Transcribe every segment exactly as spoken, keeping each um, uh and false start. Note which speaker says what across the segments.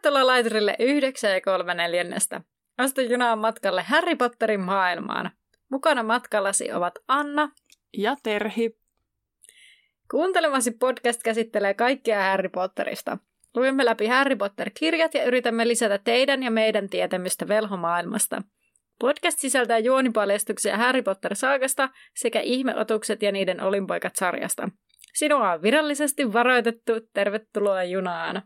Speaker 1: Kaistella laiturille yhdeksän ja kolme neljännestä. Astu junaan matkalle Harry Potterin maailmaan. Mukana matkallasi ovat Anna
Speaker 2: ja Terhi.
Speaker 1: Kuuntelemasi podcast käsittelee kaikkea Harry Potterista. Luemme läpi Harry Potter-kirjat ja yritämme lisätä teidän ja meidän tietämystä velhomaailmasta. Podcast sisältää juonipaljastuksia Harry Potter-saagasta sekä ihmeotukset ja niiden olinpoikat-sarjasta. Sinua on virallisesti varoitettu. Tervetuloa junaan.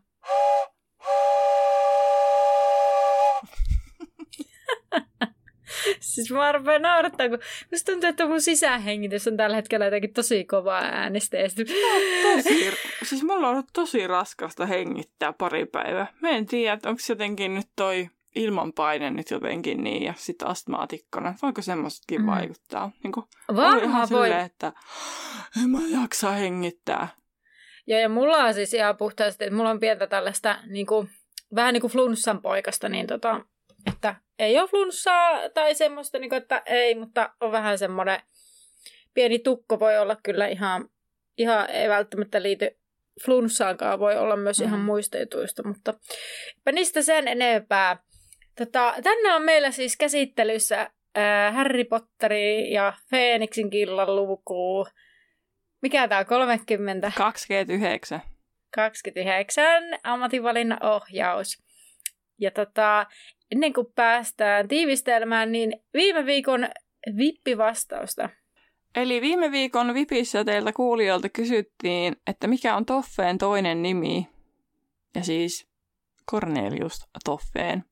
Speaker 1: Siis mä rupean naurattaa, kun musta tuntuu, että mun sisähengitys on tällä hetkellä jotenkin tosi kovaa äänestä.
Speaker 2: Tosi, siis mulla on ollut tosi raskasta hengittää pari päivää. Mä en tiedä, että onko jotenkin nyt toi ilmanpaine nyt jotenkin niin ja sitten astmaatikkona. Voiko semmoistakin mm. vaikuttaa? Niin
Speaker 1: Varmaan voi.
Speaker 2: Silleen, että en mä jaksa hengittää.
Speaker 1: Ja, ja mulla on siis ihan puhtaasti, että mulla on pientä tällaista niin kuin, vähän niin kuin flunssan poikasta, niin tota, että ei ole flunssaa tai semmoista, niin kuin, että ei, mutta on vähän semmoinen pieni tukko voi olla kyllä ihan, ihan ei välttämättä liity flunssaankaan, voi olla myös mm. ihan muista jutuista, mutta niistä sen enempää. Tota, tänne on meillä siis käsittelyssä ää, Harry Potteri ja Feeniksin killan luku. Mikä tää on? kolmekymmentä?
Speaker 2: kaksikymmentäyhdeksän.
Speaker 1: kaksikymmentäyhdeksän. Ammatinvalinnan ohjaus. Ja tota, ennen kuin päästään tiivistelmään, niin viime viikon vippivastausta.
Speaker 2: Eli viime viikon vipissä teiltä kuulijoilta kysyttiin, että mikä on Toffeen toinen nimi. Ja siis Cornelius Toffeen.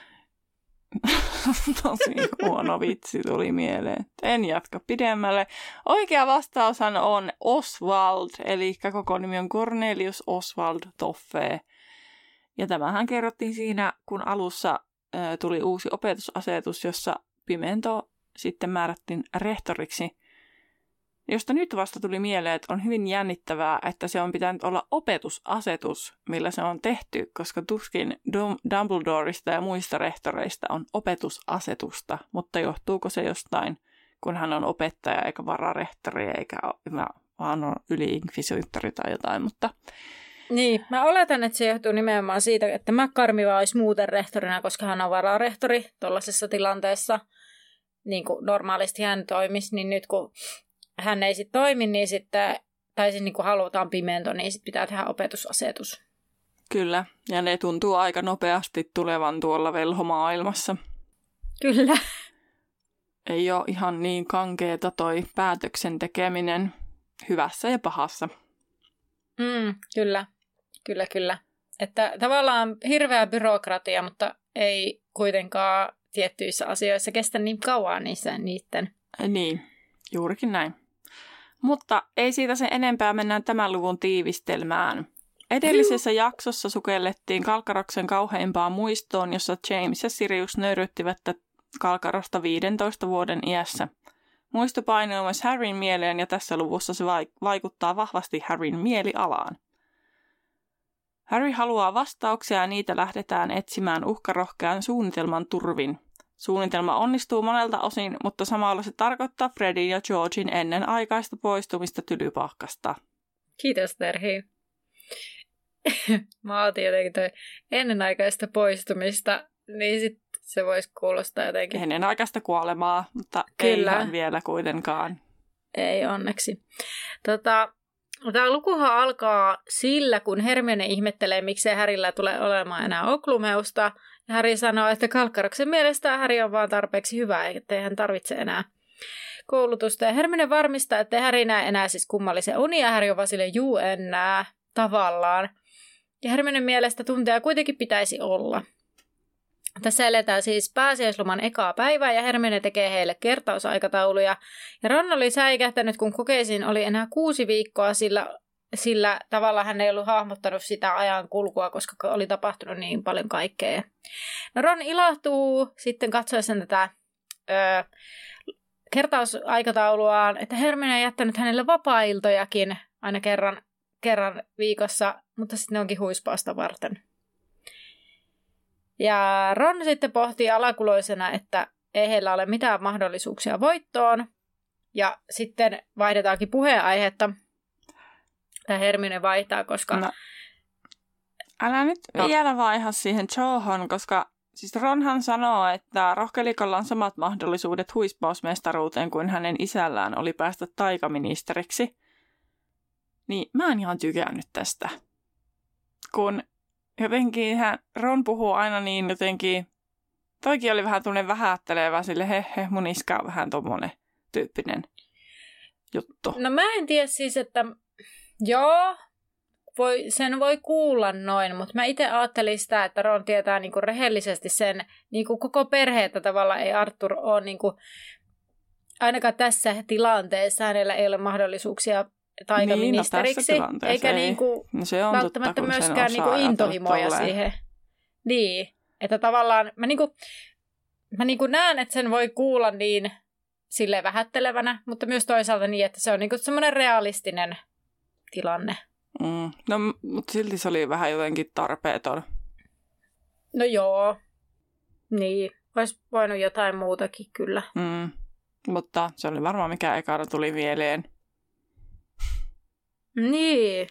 Speaker 2: Tosi huono vitsi tuli mieleen. En jatka pidemmälle. Oikea vastaushan on Oswald, eli koko nimi on Cornelius Oswald Toffee. Ja tämähän kerrottiin siinä, kun alussa ä, tuli uusi opetusasetus, jossa Pimento sitten määrättiin rehtoriksi. Josta nyt vasta tuli mieleen, että on hyvin jännittävää, että se on pitänyt olla opetusasetus, millä se on tehty, koska tuskin Dumbledoresta ja muista rehtoreista on opetusasetusta, mutta johtuuko se jostain, kun hän on opettaja eikä vararehtori eikä vaan on yli-inkvisiittori tai jotain, mutta...
Speaker 1: Niin, mä oletan, että se johtuu nimenomaan siitä, että McCormiva olisi muuten rehtorina, koska hän on vararehtori tuollaisessa tilanteessa, niin kuin normaalisti hän toimisi, niin nyt kun hän ei sitten toimi, niin sitten, tai siis niin kun halutaan Pimento, niin sitten pitää tehdä opetusasetus.
Speaker 2: Kyllä, ja ne tuntuu aika nopeasti tulevan tuolla velhomaailmassa.
Speaker 1: Kyllä.
Speaker 2: Ei ole ihan niin kankeeta toi päätöksen tekeminen hyvässä ja pahassa.
Speaker 1: Mm, kyllä, kyllä, kyllä. Että tavallaan hirveä byrokratia, mutta ei kuitenkaan tiettyissä asioissa kestä niin kauan niissä niiden.
Speaker 2: Niin, juurikin näin. Mutta ei siitä sen enempää, mennään tämän luvun tiivistelmään. Edellisessä jaksossa sukellettiin Kalkaroksen kauheimpaan muistoon, jossa James ja Sirius nöyryttivät Kalkarosta viidentoista vuoden iässä. Muisto painuu myös Harryn mieleen ja tässä luvussa se vaikuttaa vahvasti Harryn mielialaan. Harry haluaa vastauksia ja niitä lähdetään etsimään uhkarohkean suunnitelman turvin. Suunnitelma onnistuu monelta osin, mutta samalla se tarkoittaa Fredin ja Georgin ennenaikaista poistumista Tylypahkasta.
Speaker 1: Kiitos, Terhi. Mä otin jotenkin toi ennenaikaista poistumista, niin sit se voisi kuulostaa jotenkin.
Speaker 2: Ennenaikaista kuolemaa, mutta
Speaker 1: Kyllä.
Speaker 2: ei ihan vielä kuitenkaan.
Speaker 1: Ei onneksi. Tota, tämä lukuhan alkaa sillä, kun Hermione ihmettelee, miksei Harryllä tule olemaan enää Oklumeusta. Ja Harry sanoo, että Kalkkaroksen mielestä Harry on vaan tarpeeksi hyvä, ettei hän tarvitse enää koulutusta. Ja Hermione varmistaa, että Harry näe enää siis kummallisen unia. Ja Harry on vaan silleen, juu en näe, tavallaan. Ja Hermionen mielestä tunteja kuitenkin pitäisi olla. Tässä eletään siis pääsiäisloman ekaa päivää ja Hermione tekee heille kertausaikatauluja. Ja Ron oli säikähtänyt, kun kokeisiin oli enää kuusi viikkoa, sillä, sillä tavalla hän ei ollut hahmottanut sitä ajan kulkua, koska oli tapahtunut niin paljon kaikkea. No Ron ilahtuu sitten katsoessaan tätä öö, kertausaikatauluaan, että Hermione on jättänyt hänelle vapaa-iltojakin aina kerran, kerran viikossa, mutta sitten ne onkin huispausta varten. Ja Ron sitten pohtii alakuloisena, että ei heillä ole mitään mahdollisuuksia voittoon. Ja sitten vaihdetaankin puheenaihetta. Tämä Hermione vaihtaa, koska...
Speaker 2: No, Älä nyt no. vielä vaiha siihen Johon, koska siis Ronhan sanoo, että rohkelikolla on samat mahdollisuudet huispausmestaruuteen kuin hänen isällään oli päästä taikaministeriksi. Niin mä en ihan tykännyt tästä. Kun jotenkin hän, Ron puhuu aina niin jotenkin, toikin oli vähän tunnen vähättelevä sille, he he, mun iskä on vähän tommonen tyyppinen juttu.
Speaker 1: No mä en tiedä siis, että joo, voi, sen voi kuulla noin, mutta mä itse ajattelin sitä, että Ron tietää niinku rehellisesti sen, niinku koko perheitä tavallaan ei Arthur ole, niinku, ainakaan tässä tilanteessa hänellä ei ole mahdollisuuksia taikaministeriksi, niin, no eikä
Speaker 2: ei.
Speaker 1: Niinku
Speaker 2: no se on
Speaker 1: välttämättä
Speaker 2: totta,
Speaker 1: myöskään niinku intohimoja siihen. Niin, että tavallaan mä, niinku, mä niinku näen, että sen voi kuulla niin silleen vähättelevänä, mutta myös toisaalta niin, että se on niinku semmoinen realistinen tilanne.
Speaker 2: Mm. No, mutta silti se oli vähän jotenkin tarpeeton.
Speaker 1: No joo. Niin. Olisi voinut jotain muutakin kyllä.
Speaker 2: Mm. Mutta se oli varmaan mikä ekana tuli mieleen.
Speaker 1: Niin.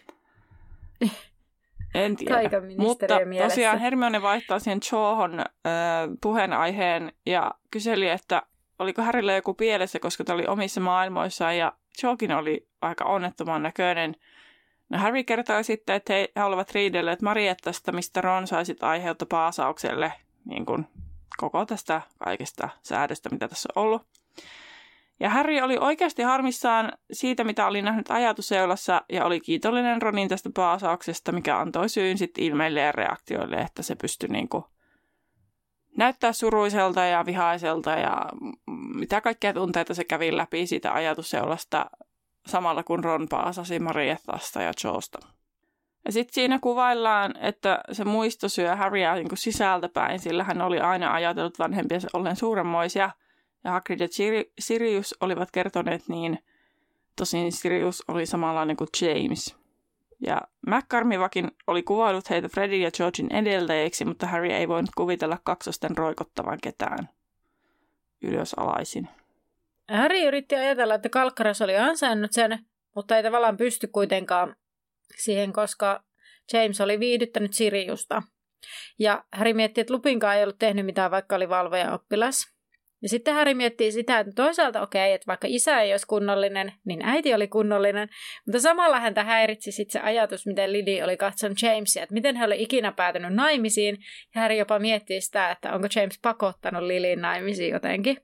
Speaker 2: En tiedä. Mutta
Speaker 1: mielessä.
Speaker 2: Tosiaan Hermione vaihtaa siihen Johon äh, puheenaiheen ja kyseli, että oliko Harryllä joku pielessä, koska tämä oli omissa maailmoissaan ja Jokin oli aika onnettoman näköinen. No Harry kertoi sitten, että he haluavat riidelleet Mariettasta, mistä Ron sai sitten aiheutta paasaukselle niin kuin koko tästä kaikesta säädöstä, mitä tässä on ollut. Ja Harry oli oikeasti harmissaan siitä, mitä oli nähnyt ajatusseulassa ja oli kiitollinen Ronin tästä paasauksesta, mikä antoi syyn sitten ilmeille ja reaktioille, että se pystyi niin kuin näyttää suruiselta ja vihaiselta ja mitä kaikkea tunteita se kävi läpi siitä ajatusseulasta samalla kun Ron paasasi Mariettasta ja Josta. Ja sitten siinä kuvaillaan, että se muisto syö Harryä niin kuin sisältäpäin, sillä hän oli aina ajatellut vanhempiensa ollen suuremmoisia. Ja Hagrid ja Sirius olivat kertoneet niin, tosin Sirius oli samanlainen kuin James. Ja McCormivakin oli kuvailut heitä Fredin ja Georgin edeltäjiksi, mutta Harry ei voinut kuvitella kaksosten roikottavan ketään ylösalaisin.
Speaker 1: Harry yritti ajatella, että Kalkkaras oli ansainnut sen, mutta ei tavallaan pysty kuitenkaan siihen, koska James oli viihdyttänyt Siriusta. Ja Harry mietti, että Lupinkaan ei ollut tehnyt mitään, vaikka oli valvoja oppilas. Ja sitten Harry miettii sitä, että toisaalta okei, okay, että vaikka isä ei olisi kunnollinen, niin äiti oli kunnollinen. Mutta samalla häntä häiritsi sitten se ajatus, miten Lily oli katsonut Jamesia, että miten he oli ikinä päätynyt naimisiin. Ja Harry jopa miettii sitä, että onko James pakottanut Lilyn naimisiin jotenkin.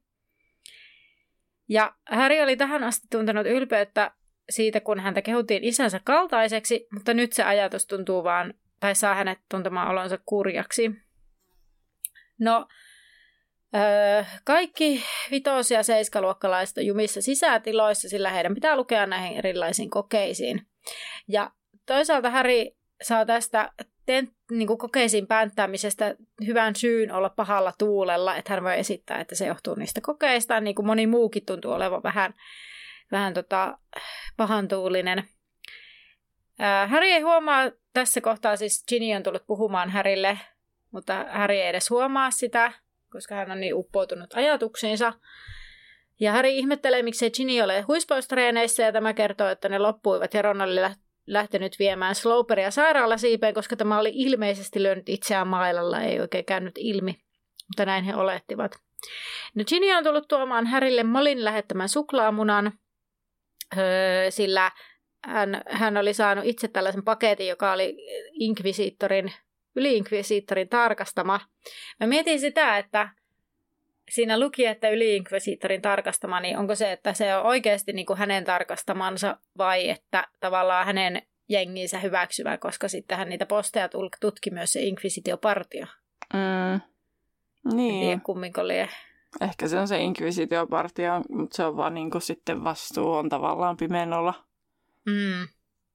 Speaker 1: Ja Harry oli tähän asti tuntenut ylpeyttä siitä, kun häntä kehuttiin isänsä kaltaiseksi, mutta nyt se ajatus tuntuu vaan, tai saa hänet tuntemaan olonsa kurjaksi. No, öö, kaikki vitos- ja seiskaluokkalaiset on jumissa sisätiloissa, sillä heidän pitää lukea näihin erilaisiin kokeisiin. Ja toisaalta Harry saa tästä ten, niin kuin kokeisiin pänttäämisestä hyvän syyn olla pahalla tuulella, että hän voi esittää, että se johtuu niistä kokeista, niin kuin moni muukin tuntuu olevan vähän, vähän tota, pahantuulinen. Ää, Harry ei huomaa tässä kohtaa, siis Ginny on tullut puhumaan Harrylle, mutta Harry ei edes huomaa sitä, koska hän on niin uppoutunut ajatuksiinsa. Ja Harry ihmettelee, miksei Ginny ole huispaustreeneissä, ja tämä kertoo, että ne loppuivat ja Ron oli lähtenyt viemään Sloperia sairaalasiipeen, koska tämä oli ilmeisesti lyönyt itseään mailalla, ei oikein käynyt ilmi, mutta näin he olettivat. No Ginny on tullut tuomaan Harrylle Molin lähettämän suklaamunan, öö, sillä hän, hän oli saanut itse tällaisen paketin, joka oli inkvisiittorin, yli-inkvisiittorin tarkastama. Mä mietin sitä, että siinä luki, että yli-inkvisiittorin tarkastama, niin onko se, että se on oikeasti niin kuin hänen tarkastamansa vai että tavallaan hänen jenginsä hyväksyvä, koska sittenhän niitä posteja tutki myös se inkvisitiopartio.
Speaker 2: Mm. Niin.
Speaker 1: En tiedä kumminko lie.
Speaker 2: Ehkä se on se inkvisitiopartio, mutta se on vaan niin kuin sitten vastuu on tavallaan pimeänolla.
Speaker 1: Mm.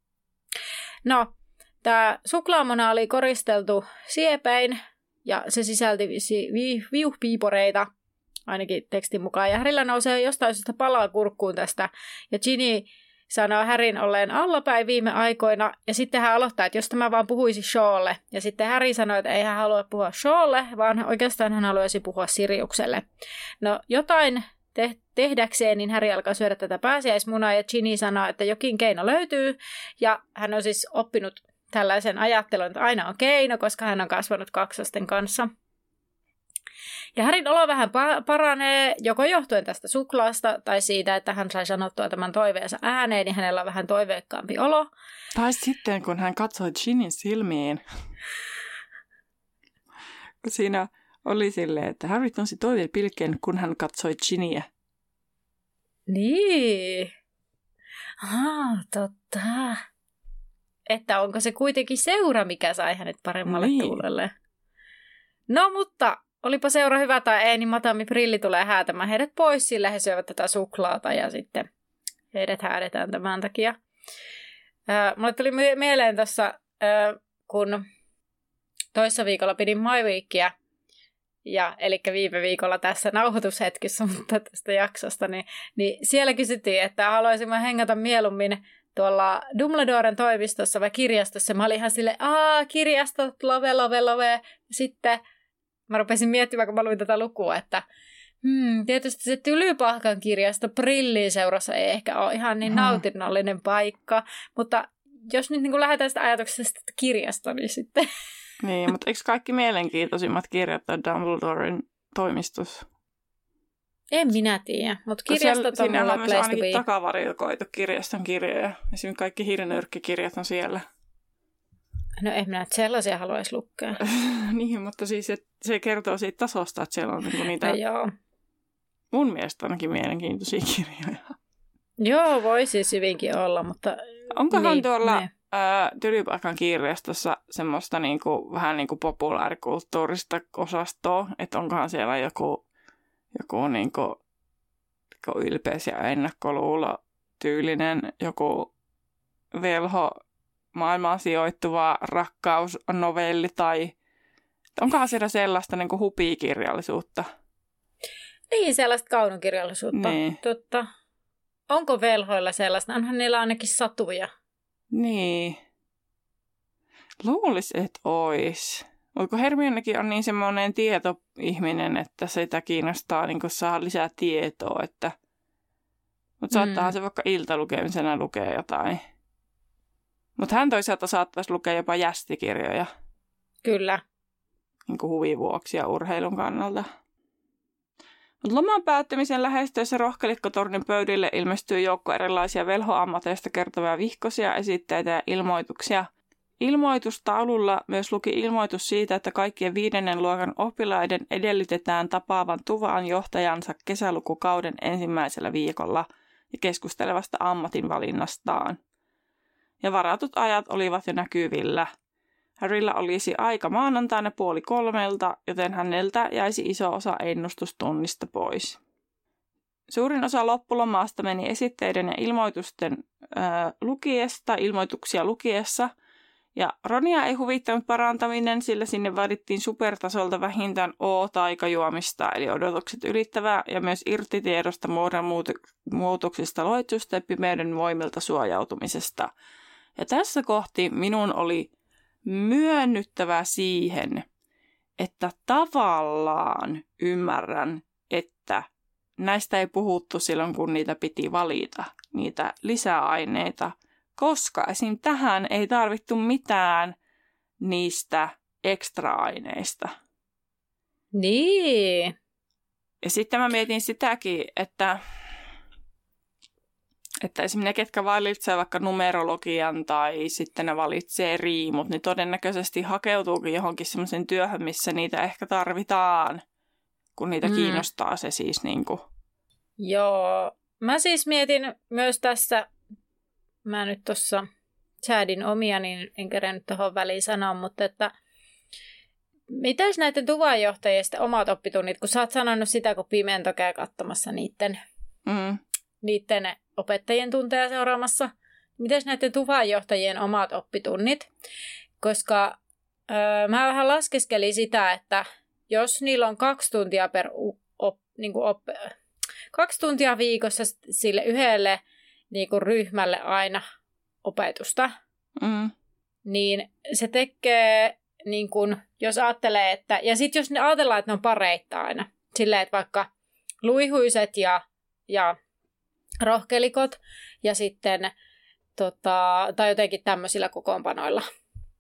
Speaker 1: No, tämä suklaamona oli koristeltu siepein ja se sisälti vi- viuhpiiporeita, ainakin tekstin mukaan. Ja Harryllä nousee jostain syystä palaa kurkkuun tästä. Ja Ginny sanoo Harryn olleen allapäin viime aikoina. Ja sitten hän aloittaa, että jos tämä vaan puhuisi Shawlle. Ja sitten Harry sanoi, että ei hän halua puhua Shawlle, vaan oikeastaan hän haluaisi puhua Siriukselle. No jotain te- tehdäkseen, niin Harry alkaa syödä tätä pääsiäismunaa. Ja Ginny sanoo, että jokin keino löytyy. Ja hän on siis oppinut tällaisen ajattelun, että aina on keino, koska hän on kasvanut kaksosten kanssa. Ja Harryn olo vähän pa- paranee, joko johtuen tästä suklaasta tai siitä, että hän sai sanottua tämän toiveensa ääneen, niin hänellä on vähän toiveikkaampi olo.
Speaker 2: Tai sitten, kun hän katsoi Ginin silmiin. Kun siinä oli silleen, että Harry tunsi toiveen pilkkeen, kun hän katsoi Giniä.
Speaker 1: Niin. Ah, totta. Että onko se kuitenkin seura, mikä sai hänet paremmalle niin. tuulelle. No, mutta olipa seura hyvä tai ei, niin Madame Brilli tulee häätämään heidät pois, sillä he syövät tätä suklaata ja sitten heidät häädetään tämän takia. Äh, mulle tuli mieleen tuossa, äh, kun toissa viikolla pidin My Weekia, ja, eli viime viikolla tässä nauhoitushetkessä, mutta tästä jaksosta, niin, niin siellä kysyttiin, että haluaisimme hengata mieluummin tuolla Dumbledoren toimistossa vai kirjastossa. Mä olin ihan silleen, aah, kirjastot, love, love, love. Sitten mä rupesin miettimään, kun mä luin tätä lukua, että hmm, tietysti se Tylypahkan kirjasto Brillin seurassa ei ehkä ole ihan niin nautinnollinen paikka, mutta jos nyt niin kuin lähdetään sitä ajatuksesta kirjasto, niin sitten...
Speaker 2: Niin, mutta eikö kaikki mielenkiintoisimmat kirjat ole Dumbledoren toimistossa?
Speaker 1: En minä tiedä, mutta kirjastot on mulla
Speaker 2: place to be. Siinä on ainakin takavarikoitu kirjaston kirjoja. Esimerkiksi kaikki hirnyrkkikirjat on siellä.
Speaker 1: No en minä sellaisia haluaisi lukea.
Speaker 2: Niin, mutta siis se, se kertoo siitä tasosta, että siellä on niinku niitä
Speaker 1: no, joo.
Speaker 2: mun mielestä ainakin mielenkiintoisia kirjoja.
Speaker 1: Joo, voi siis hyvinkin olla, mutta...
Speaker 2: Onkohan
Speaker 1: niin,
Speaker 2: tuolla niin. Tylypahkan kirjastossa semmoista niinku, vähän niinku populaarikulttuurista osastoa, että onkohan siellä joku, joku niinku, ylpeys ja ennakkoluulo tyylinen, joku velho maailmaan sijoittuva rakkausnovelli tai onkohan siellä sellaista niinku hupikirjallisuutta?
Speaker 1: Niin, sellaista kaunokirjallisuutta.
Speaker 2: Niin.
Speaker 1: Totta. Onko velhoilla sellaista? Onhan niillä ainakin satuja.
Speaker 2: Niin. Luulis, että ois. Mutta kun Hermionekin on niin semmoinen tietoihminen, että sitä kiinnostaa niin saada lisää tietoa. Että... Mutta saattaahan mm. se vaikka iltalukemisena lukea jotain. Mutta hän toisaalta saattaisi lukea jopa jästikirjoja.
Speaker 1: Kyllä.
Speaker 2: Niin kuin huvin vuoksi ja urheilun kannalta. Mutta loman päättymisen lähestyessä Rohkelikkotornin pöydille ilmestyy joukko erilaisia velhoammateista kertovia vihkosia, esitteitä ja ilmoituksia. Ilmoitustaululla myös luki ilmoitus siitä, että kaikkien viidennen luokan oppilaiden edellytetään tapaavan tuvaan johtajansa kesälukukauden ensimmäisellä viikolla ja keskustelevasta ammatinvalinnastaan. Ja varatut ajat olivat jo näkyvillä. Harrylla olisi aika maanantaina puoli kolmelta, joten häneltä jäisi iso osa ennustustunnista pois. Suurin osa loppulomaasta meni esitteiden ja ilmoitusten ää, lukiesta, ilmoituksia lukiessa, ja Ronia ei huvittanut parantaminen, sillä sinne vaadittiin supertasolta vähintään O-taikajuomista, eli odotukset ylittävää, ja myös irtitiedosta muodon muutoksista loitsusta ja pimeyden voimilta suojautumisesta. Ja tässä kohti minun oli myönnyttävä siihen, että tavallaan ymmärrän, että näistä ei puhuttu silloin, kun niitä piti valita, niitä lisäaineita, koska esim. Tähän ei tarvittu mitään niistä ekstra-aineista.
Speaker 1: Niin.
Speaker 2: Ja sitten mä mietin sitäkin, että Että esimerkiksi ne, ketkä valitsee vaikka numerologian tai sitten ne valitsee riimut, niin todennäköisesti hakeutuukin johonkin semmoisen työhön, missä niitä ehkä tarvitaan, kun niitä mm. kiinnostaa se siis niin kuin.
Speaker 1: Joo. Mä siis mietin myös tässä, mä nyt tuossa chattin omia, niin en kerennyt tuohon väliin sanoa, mutta että mitäs näiden tuvanjohtajien omat oppitunnit, kun sä oot sanonut sitä, kun Pimento käy katsomassa niiden, mm. niiden opettajien tunteja seuraamassa. Mitäs näiden tuvanjohtajien omat oppitunnit? Koska öö, mä vähän laskeskelin sitä, että jos niillä on kaksi tuntia per op, niin kuin op, kaksi tuntia viikossa sille yhdelle niin kuin ryhmälle aina opetusta, mm. niin se tekee, niin kuin, jos ajattelee, että, ja sitten jos ne ajatellaan, että ne on pareita aina, silleen, että vaikka luihuiset ja, ja rohkelikot ja sitten, tota, tai jotenkin tämmöisillä kokoonpanoilla,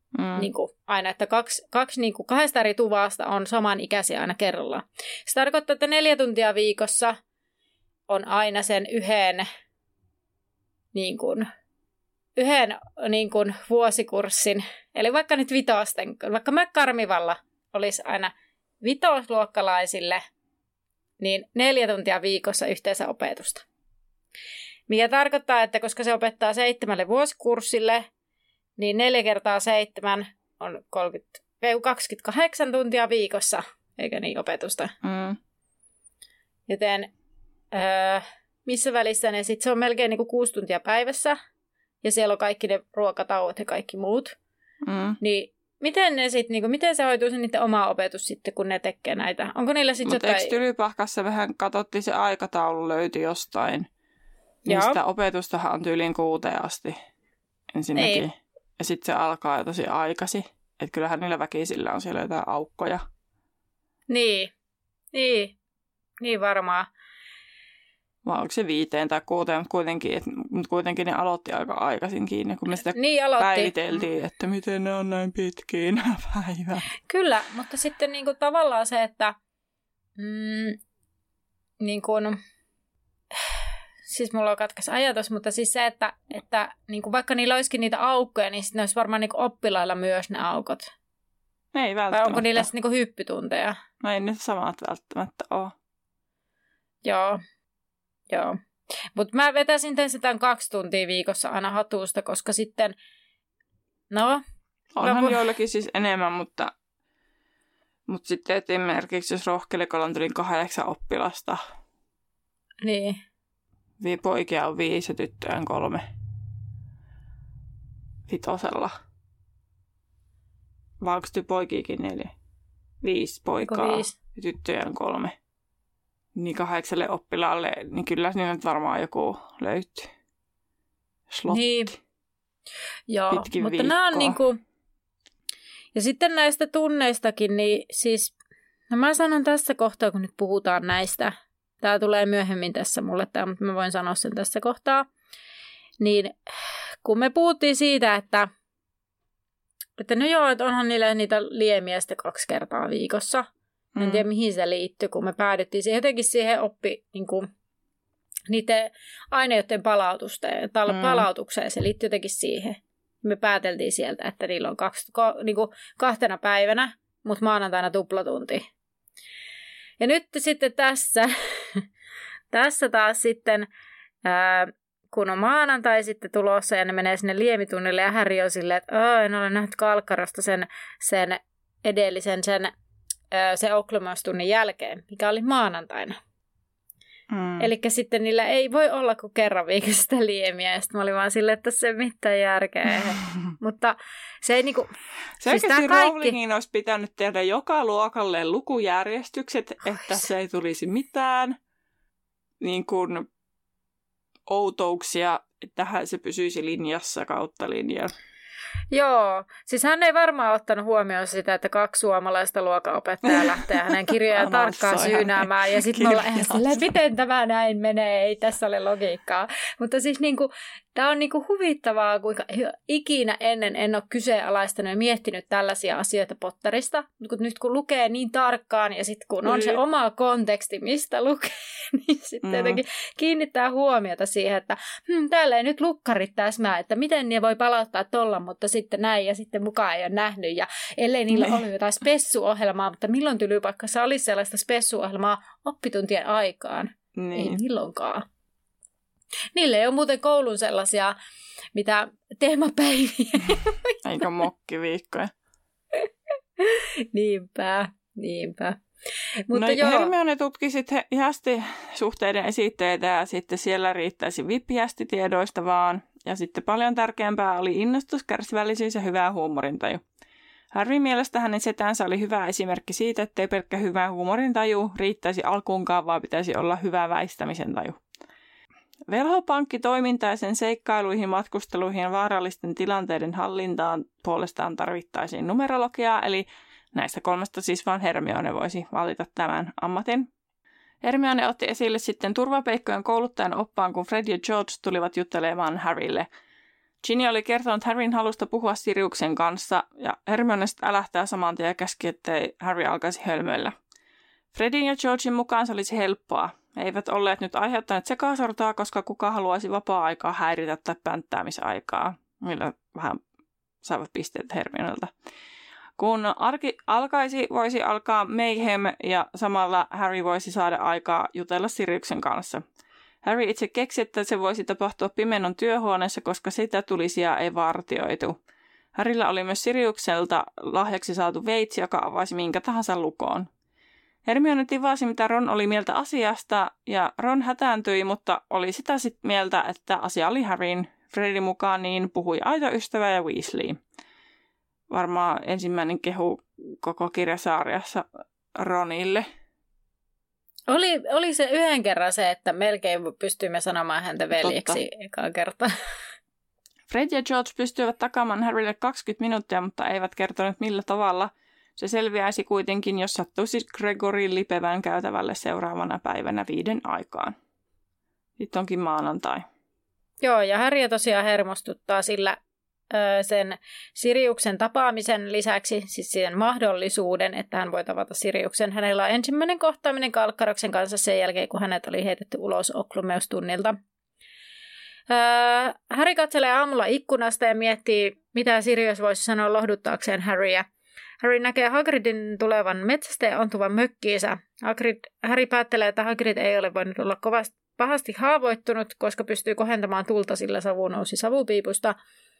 Speaker 1: Mm. Niin kuin aina, että kaksi, kaksi niin kuin kahdesta eri tuvasta on samanikäisiä aina kerrallaan. Se tarkoittaa, että neljä tuntia viikossa on aina sen yhden, niin kuin, yhden niin kuin vuosikurssin. Eli vaikka nyt vitosten, vaikka McCarmivalla olisi aina vitosluokkalaisille, niin neljä tuntia viikossa yhteensä opetusta. Mikä tarkoittaa, että koska se opettaa seitsemälle vuosikurssille, niin neljä kertaa seitsemän on kolmekymmentä, kaksikymmentäkahdeksan tuntia viikossa, eikä niin opetusta. Mm. Joten öö, missä välissä ne sitten, se on melkein niinku kuusi tuntia päivässä, ja siellä on kaikki ne ruokatauot ja kaikki muut. Mm. Niin miten ne sitten, niinku, miten se hoituu se niiden oma opetus sitten, kun ne tekee näitä? Onko niillä sitten jotain...
Speaker 2: Mutta eikö Tylypahkassa vähän katsottiin se aikataulu löytyi jostain? Niistä opetustahan on tyyliin kuuteen asti ensinnäkin. Ei. Ja sitten se alkaa jo tosi aikaisin. Että kyllähän niillä väkisillä on siellä jotain aukkoja.
Speaker 1: Niin. Niin. Niin varmaan.
Speaker 2: Vai onko se viiteen tai kuuteen, mutta kuitenkin, et, mutta kuitenkin ne aloitti aika aikaisin kiinni, kun me sitä
Speaker 1: niin
Speaker 2: päiviteltiin, että miten ne on näin pitkiä nämä päivät.
Speaker 1: Kyllä, mutta sitten niin kuin tavallaan se, että mm, niin kuin, siis mulla on katkas ajatus, mutta siis se, että, että niin kuin vaikka niillä olisikin niitä aukkoja, niin sitten ne olisi varmaan niin kuin oppilailla myös ne aukot.
Speaker 2: Ei välttämättä.
Speaker 1: Vai onko niillä sitten niin kuin hyppytunteja?
Speaker 2: No ei ne samat välttämättä ole.
Speaker 1: Joo, joo. Mutta mä vetäisin tässä tämän kaksi tuntia viikossa aina hatusta, koska sitten, no...
Speaker 2: Onhan
Speaker 1: lopu...
Speaker 2: joillakin siis enemmän, mutta, mutta sitten esimerkiksi jos rohkelikolla on tuli kahdeksan oppilasta.
Speaker 1: Niin.
Speaker 2: Poikia on viisi ja tyttöjä on kolme. Vitosella. Vai onko poikiakin neljä? Viisi poikaa viisi. Ja tyttöjä on kolme. Niin kahdeksalle oppilaalle, niin kyllä siinä nyt varmaan joku löytyy. Slotti.
Speaker 1: Niin. Joo,
Speaker 2: pitkin
Speaker 1: mutta
Speaker 2: viikkoa.
Speaker 1: nämä on niinku... Ja sitten näistä tunneistakin, niin siis... No mä sanon tässä kohtaa, kun nyt puhutaan näistä. Tämä tulee myöhemmin tässä mulle, tämä, mutta mä voin sanoa sen tässä kohtaa. Niin kun me puhuttiin siitä, että... Että no joo, että onhan niillä niitä liemiä sitten kaksi kertaa viikossa. Mm. En tiedä, mihin se liittyy, kun me päädyttiin siihen, jotenkin siihen oppi, niin kuin, niiden aineiden palautukseen, mm. palautukseen. Se liittyy jotenkin siihen. Me pääteltiin sieltä, että niillä on kaksi, ko, niin kuin kahtena päivänä, mutta maanantaina tuplatunti. Ja nyt sitten tässä, tässä taas sitten, ää, kun on maanantai sitten tulossa ja ne menee sinne liemitunnille ja Harry on silleen, että en ole nähnyt Kalkkarosta sen, sen edellisen sen se Oklahoma-tunnin jälkeen, mikä oli maanantaina. Mm. Eli sitten niillä ei voi olla kuin kerran viikossa sitä liemiä, ja sitten mä olin vaan silleen, että se ei mitään järkeä. Mutta se ei niinku...
Speaker 2: Se siis oikeasti kaikki... Rowlingin olisi pitänyt tehdä joka luokalle lukujärjestykset, että se ei tulisi mitään niin kuin outouksia, että tähän se pysyisi linjassa kautta linjan.
Speaker 1: Joo, siis hän ei varmaan ottanut huomioon sitä, että kaksi suomalaista luokanopettajaa lähtee hänen kirjojaan tarkkaan syynäämään. Ja sitten me ollaan ihan silleen, miten tämä näin menee, ei tässä ole logiikkaa. Mutta siis niinku, tämä on niinku huvittavaa, kuinka ikinä ennen en ole kyseenalaistanut ja miettinyt tällaisia asioita Potterista. Mutta nyt kun lukee niin tarkkaan ja sitten kun on se oma konteksti, mistä lukee, niin sitten mm. jotenkin kiinnittää huomiota siihen, että hm, täällä ei nyt lukkarit täsmää, että miten ne voi palauttaa tolla, mutta sitten näin ja sitten mukaan ei ole nähnyt. Ja ellei niillä ne. ollut jotain spessuohjelmaa, mutta milloin Tylypakkassa olisi sellaista spessuohjelmaa oppituntien aikaan? Ne. Ei milloinkaan. Niille ei ole muuten koulun sellaisia, mitä teemapäiviä.
Speaker 2: Eikä mokkiviikkoja.
Speaker 1: Niinpä, niinpä. Mutta
Speaker 2: no
Speaker 1: joo.
Speaker 2: Hermione tutki sitten ihasti suhteiden esitteitä ja sitten siellä riittäisi vippiästitiedoista vaan. Ja sitten paljon tärkeämpää oli innostus, kärsivällisyys ja hyvä huumorintaju. Harryn mielestä hänen setänsä oli hyvä esimerkki siitä, ettei pelkkä hyvä huumorintaju riittäisi alkuunkaan, vaan pitäisi olla hyvä väistämisen taju. Velhopankkitoiminta ja sen seikkailuihin, matkusteluihin ja vaarallisten tilanteiden hallintaan puolestaan tarvittaisiin numerologiaa, eli näistä kolmesta siis vain Hermione voisi valita tämän ammatin. Hermione otti esille sitten turvapeikkojen kouluttajan oppaan, kun Fred ja George tulivat juttelemaan Harrylle. Ginny oli kertonut Harryn halusta puhua Siriuksen kanssa, ja Hermione sitten älähtää saman tien ja käski, ettei Harry alkaisi hölmöillä. Fredin ja Georgin mukaan se olisi helppoa. He eivät olleet nyt aiheuttaneet sekasortoa, koska kuka haluaisi vapaa-aikaa häiritä tai pänttäämisaikaa, millä vähän saivat pisteet Hermionelta. Kun arki alkaisi, voisi alkaa mayhem ja samalla Harry voisi saada aikaa jutella Siriuksen kanssa. Harry itse keksi, että se voisi tapahtua pimenon työhuoneessa, koska sitä tulisia ei vartioitu. Harryllä oli myös Siriukselta lahjaksi saatu veitsi, joka avasi minkä tahansa lukoon. Hermione tivasi, mitä Ron oli mieltä asiasta, ja Ron hätääntyi, mutta oli sitä sitten mieltä, että asia oli Harryn. Fredin mukaan niin puhui aito ystävä ja Weasley. Varmaan ensimmäinen kehu koko kirjasarjassa Ronille.
Speaker 1: Oli, oli se yhden kerran se, että melkein pystyimme sanomaan häntä veljeksi ekaan kertaa.
Speaker 2: Fred ja George pystyivät takaamaan Harrylle kaksikymmentä minuuttia, mutta eivät kertoneet millä tavalla. Se selviäisi kuitenkin, jos sattuisi Gregory lipevän käytävälle seuraavana päivänä viiden aikaan. Sitten onkin maanantai.
Speaker 1: Joo, ja Harry tosiaan hermostuttaa sillä ö, sen Siriuksen tapaamisen lisäksi, siis sen mahdollisuuden, että hän voi tavata Siriuksen. Hänellä on ensimmäinen kohtaaminen Kalkkaroksen kanssa sen jälkeen, kun hänet oli heitetty ulos Oklumeus-tunnilta. Ö, Harry katselee aamulla ikkunasta ja miettii, mitä Sirius voisi sanoa lohduttaakseen Harryä. Harry näkee Hagridin tulevan metsästä ja ontuvan mökkiinsä. Hagrid, Harry päättelee, että Hagrid ei ole voinut olla kovasti, pahasti haavoittunut, koska pystyy kohentamaan tulta, sillä savu nousi savupiipusta.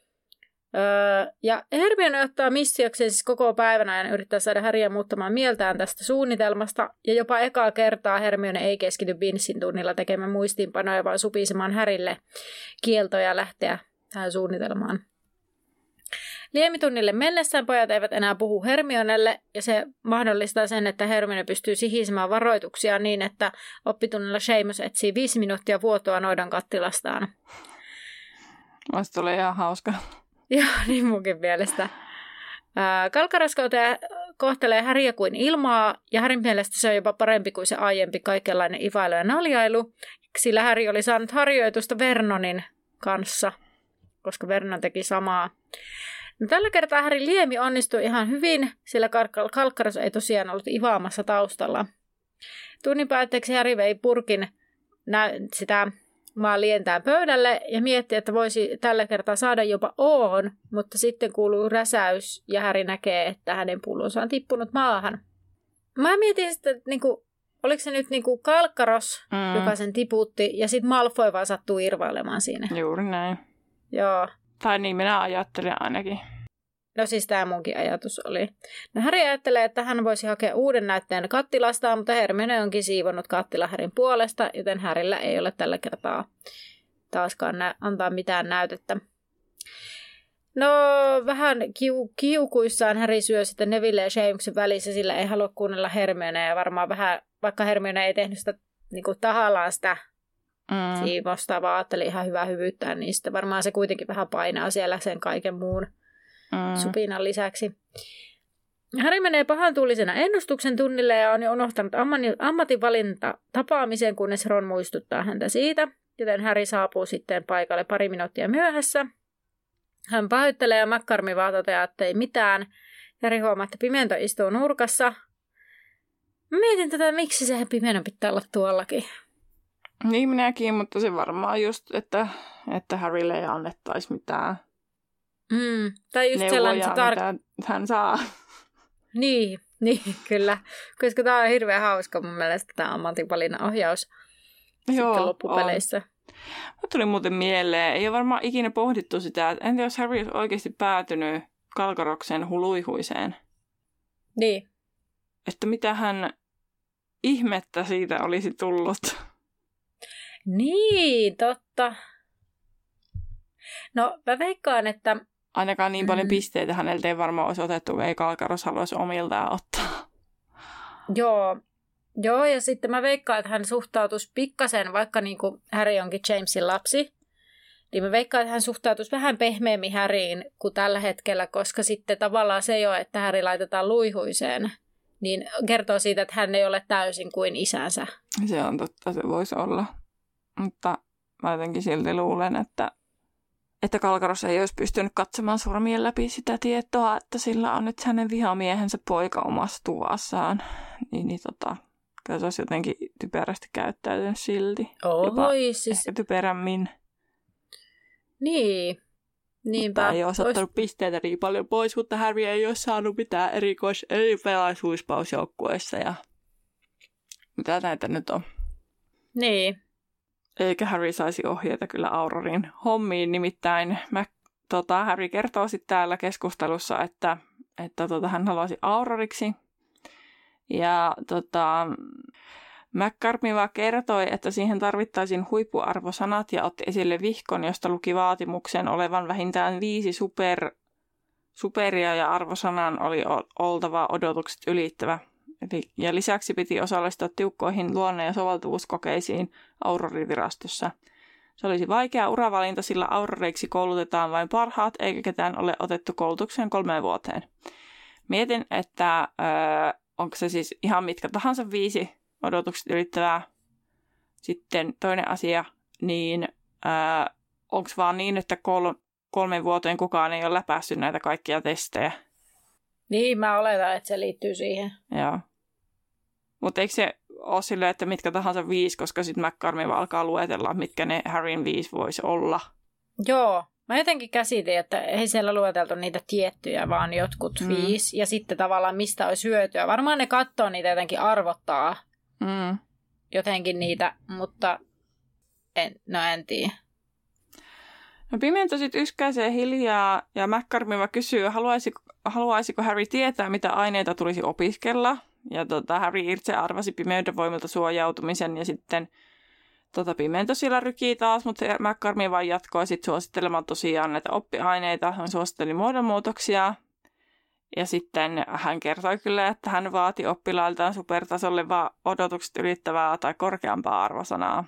Speaker 1: Öö, ja Hermione ottaa missiokseen siis koko päivänä ja yrittää saada Harryä muuttamaan mieltään tästä suunnitelmasta. Ja jopa ekaa kertaa Hermione ei keskity Vincin tunnilla tekemään muistiinpanoja, vaan supisemaan Harrylle kieltoja lähteä tähän suunnitelmaan. Liemitunnille mennessään pojat eivät enää puhu Hermionelle, ja se mahdollistaa sen, että Hermione pystyy sihisemään varoituksia niin, että oppitunnilla Seamus etsii viisi minuuttia vuotoa noidan kattilastaan.
Speaker 2: Vasta tulee ihan hauska.
Speaker 1: Joo, niin munkin mielestä. Kalkkaros kohtelee Harryä kuin ilmaa, ja Harryn mielestä se on jopa parempi kuin se aiempi kaikenlainen ivailu ja naljailu, sillä Harry oli saanut harjoitusta Vernonin kanssa, koska Vernon teki samaa. No, tällä kertaa Harry liemi onnistui ihan hyvin, sillä Kalkkaros ei tosiaan ollut ivaamassa taustalla. Tunnin päätteeksi Harry vei purkin nä- sitä maan lientään pöydälle ja mietti, että voisi tällä kertaa saada jopa oon, mutta sitten kuuluu räsäys ja Harry näkee, että hänen pullonsa on tippunut maahan. Mä mietin sitten, että niinku, oliko se nyt niinku Kalkkaros, mm. joka sen tiputti, ja sitten Malfoy vaan sattuu irvailemaan siinä.
Speaker 2: Juuri näin.
Speaker 1: Joo.
Speaker 2: Tai niin minä ajattelin ainakin.
Speaker 1: No siis tämä munkin ajatus oli. No Harry ajattelee, että hän voisi hakea uuden näytteen kattilastaan, mutta Hermione onkin siivonnut kattila Harryn puolesta, joten Harryllä ei ole tällä kertaa taaskaan nä- antaa mitään näytettä. No vähän kiu- kiukuissaan Harry syö sitten Neville ja Seamuksen välissä, sillä ei halua kuunnella Hermionea ja varmaan vähän, vaikka Hermione ei tehnyt sitä niin kuin tahallaan sitä mm. siivosta, vaan ajatteli ihan hyvää hyvyyttää niistä. Varmaan se kuitenkin vähän painaa siellä sen kaiken muun mm. supinan lisäksi. Harry menee pahantuulisena ennustuksen tunnille ja on jo unohtanut ammatinvalinta tapaamiseen, kunnes Ron muistuttaa häntä siitä, joten Harry saapuu sitten paikalle pari minuuttia myöhässä. Hän pahoittelee ja McCormi vaan toteaa, että ei mitään. Harry huomaa, että Pimento istuu nurkassa. Mä mietin tätä, miksi se Pimenton pitää olla tuollakin.
Speaker 2: Niin minäkin, mutta se varmaan just, että, että Harrylle ei annettaisi mitään
Speaker 1: mm, tai just
Speaker 2: neuvoja, tar- mitä hän saa.
Speaker 1: Niin, niin, kyllä. Koska tämä on hirveän hauska mun mielestä tämä ammatinvalinnan ohjaus. Joo, sitten loppupeleissä. On.
Speaker 2: Mä tuli muuten mieleen, ei ole varmaan ikinä pohdittu sitä, että entä jos Harry olisi oikeasti päätynyt Kalkkaroksen huluihuiseen?
Speaker 1: Niin.
Speaker 2: Että mitä hän ihmettä siitä olisi tullut.
Speaker 1: Niin, totta. No, mä veikkaan, että
Speaker 2: ainakaan niin paljon pisteitä häneltä ei varmaan olisi otettu, kun ei Kalkkaros haluaisi omiltaan ottaa.
Speaker 1: Joo. Joo, ja sitten mä veikkaan, että hän suhtautuisi pikkasen, vaikka niin kuin Harry onkin Jamesin lapsi, niin mä veikkaan, että hän suhtautuisi vähän pehmeämmin Harryin kuin tällä hetkellä, koska sitten tavallaan se jo, että Harry laitetaan luihuiseen, niin kertoo siitä, että hän ei ole täysin kuin isänsä.
Speaker 2: Se on totta, se voisi olla. Mutta mä jotenkin silti luulen, että että Kalkaros ei olisi pystynyt katsomaan sormien läpi sitä tietoa, että sillä on nyt hänen vihamiehensä poika omassa tuvassaan. Niin, niin tota, kyllä se olisi jotenkin typerästi käyttäytynyt silti.
Speaker 1: Oho,
Speaker 2: jopa
Speaker 1: siis...
Speaker 2: ehkä typerämmin.
Speaker 1: Niin. Niinpä.
Speaker 2: Mutta ei ole ottanut Ois... pisteitä niin paljon pois, mutta Harry ei ole saanut mitään erikois... Ei pelaisuuspausjoukkueissa ja mitä näitä nyt on.
Speaker 1: Niin.
Speaker 2: Eikä Harry saisi ohjeita kyllä Aurorin hommiin, nimittäin mä, tota, Harry kertoo sitten täällä keskustelussa, että, että tota, hän haluaisi Auroriksi. Ja tota, McCormiva kertoi, että siihen tarvittaisiin huippuarvosanat ja otti esille vihkon, josta luki vaatimuksen olevan vähintään viisi super, superia ja arvosanan oli oltava odotukset ylittävä. Eli, ja lisäksi piti osallistua tiukkoihin luonne- ja soveltuvuuskokeisiin Aurorivirastossa. Se olisi vaikea uravalinta, sillä Auroreiksi koulutetaan vain parhaat, eikä ketään ole otettu koulutukseen kolmeen vuoteen. Mietin, että öö, onko se siis ihan mitkä tahansa viisi odotukset ylittävää. Sitten toinen asia, niin öö, onko vaan niin, että kol- kolmen vuoteen kukaan ei ole läpäissyt näitä kaikkia testejä?
Speaker 1: Niin, mä oletan, että se liittyy siihen.
Speaker 2: Joo. Mutta eikö se ole silleen, että mitkä tahansa viisi, koska sitten McCormiva alkaa luetella, mitkä ne Harryn viisi voisi olla?
Speaker 1: Joo. Mä jotenkin käsitin, että ei siellä lueteltu niitä tiettyjä, vaan jotkut mm. viisi. Ja sitten tavallaan mistä olisi hyötyä. Varmaan ne katsoo niitä jotenkin arvottaa
Speaker 2: mm.
Speaker 1: jotenkin niitä, mutta en, no en tiedä.
Speaker 2: No Pimento sitten yskäisee hiljaa ja McCormiva kysyy, haluaisiko, haluaisiko Harry tietää, mitä aineita tulisi opiskella. Ja tota, Harry itse arvasi pimeyden voimilta suojautumisen ja sitten tota, Pimento siellä rykii taas, mutta McCormiva jatkoi sitten suosittelemaan tosiaan näitä oppiaineita. Hän suositteli muodonmuutoksia ja sitten hän kertoi kyllä, että hän vaati oppilailtaan supertasolle vaan odotukset ylittävää tai korkeampaa arvosanaa.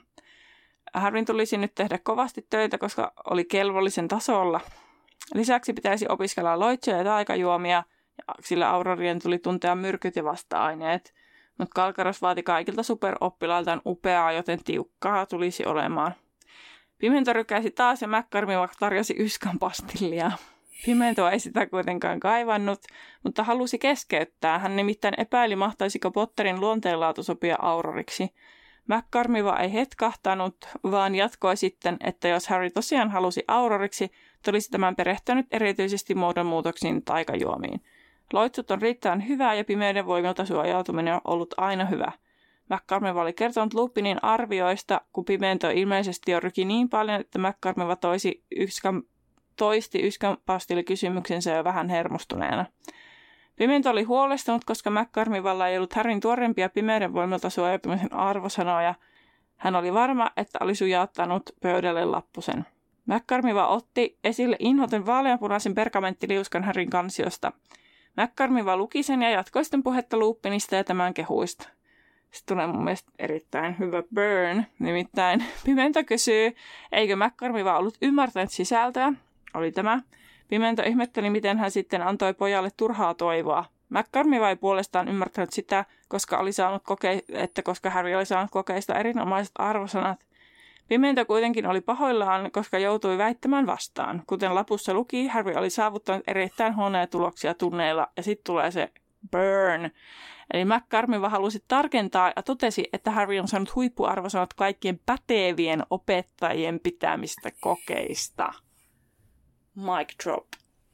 Speaker 2: Harryn tulisi nyt tehdä kovasti töitä, koska oli kelvollisen tasolla. Lisäksi pitäisi opiskella loitsuja ja taikajuomia, sillä Aurorien tuli tuntea myrkyt ja vasta-aineet. Mutta Kalkaros vaati kaikilta superoppilailtaan upeaa, joten tiukkaa tulisi olemaan. Pimento rykäisi taas ja McCormiva tarjosi yskän pastillia. Pimento ei sitä kuitenkaan kaivannut, mutta halusi keskeyttää. Hän nimittäin epäili, mahtaisiko Potterin luonteenlaatu sopia Auroriksi. McCormiva ei hetkahtanut, vaan jatkoi sitten, että jos Harry tosiaan halusi Auroriksi, tulisi tämän perehtynyt erityisesti muodonmuutoksiin taikajuomiin. Loitsut on riittävän hyvää ja pimeyden voimilta suojautuminen on ollut aina hyvä. McCormiva oli kertonut Lupinin arvioista, kun Pimento ilmeisesti jo ryki niin paljon, että McCormiva toisi yskän, toisti yskän pastillikysymyksensä jo vähän hermostuneena. Pimento oli huolestunut, koska McCormivalla ei ollut Harryn tuorempia pimeyden voimilta suojautumisen arvosanoja. Hän oli varma, että oli sujauttanut pöydälle lappusen. McCormiva otti esille inhoten vaaleanpunaisen pergamenttiliuskan Harryn kansiosta. McCormiva luki sen ja jatkoi sitten puhetta Lupinista ja tämän kehuista. Sitten tulee mun mielestä erittäin hyvä burn. Nimittäin Pimento kysyy, eikö McCormiva ollut ymmärtänyt sisältöä? Oli tämä. Pimento ihmetteli, miten hän sitten antoi pojalle turhaa toivoa. McCormiva ei puolestaan ymmärtänyt sitä, koska oli saanut koke- että koska Harry oli saanut kokeista erinomaiset arvosanat. Pimento kuitenkin oli pahoillaan, koska joutui väittämään vastaan. Kuten lapussa luki, Harry oli saavuttanut erittäin huonoja tuloksia tunneilla, ja sitten tulee se burn. Eli McCormiva halusi tarkentaa ja totesi, että Harry on saanut huippuarvosanat kaikkien pätevien opettajien pitämistä kokeista. Mic drop.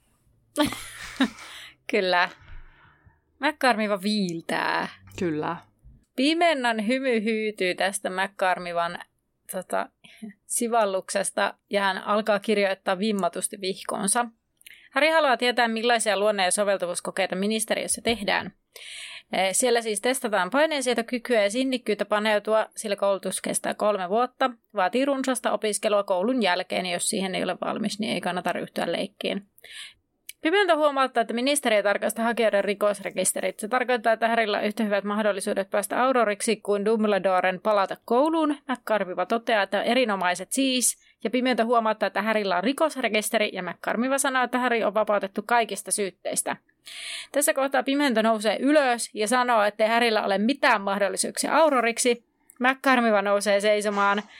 Speaker 1: Kyllä. McCormiva viiltää.
Speaker 2: Kyllä.
Speaker 1: Pimennan hymy hyytyy tästä McCormivan tota, sivalluksesta ja hän alkaa kirjoittaa vimmatusti vihkoonsa. Harry haluaa tietää, millaisia luonne- ja soveltuvuuskokeita ministeriössä tehdään. Siellä siis testataan paineensietokykyä ja sinnikkyyttä paneutua, sillä koulutus kestää kolme vuotta. Vaatii runsasta opiskelua koulun jälkeen, ja jos siihen ei ole valmis, niin ei kannata ryhtyä leikkiin. Pimento huomauttaa, että ministeriö tarkastaa hakijoiden rikosrekisterit. Se tarkoittaa, että Harrylla on yhtä hyvät mahdollisuudet päästä Auroriksi kuin Dumbledoren palata kouluun. McCormiva toteaa, että erinomaiset siis, ja Pimento huomauttaa, että Harrylla on rikosrekisteri, ja McCormiva sanoo, että Harry on vapautettu kaikista syytteistä. Tässä kohtaa Pimento nousee ylös ja sanoo, että ei Harrylla ole mitään mahdollisuuksia Auroriksi. McCormiva nousee seisomaan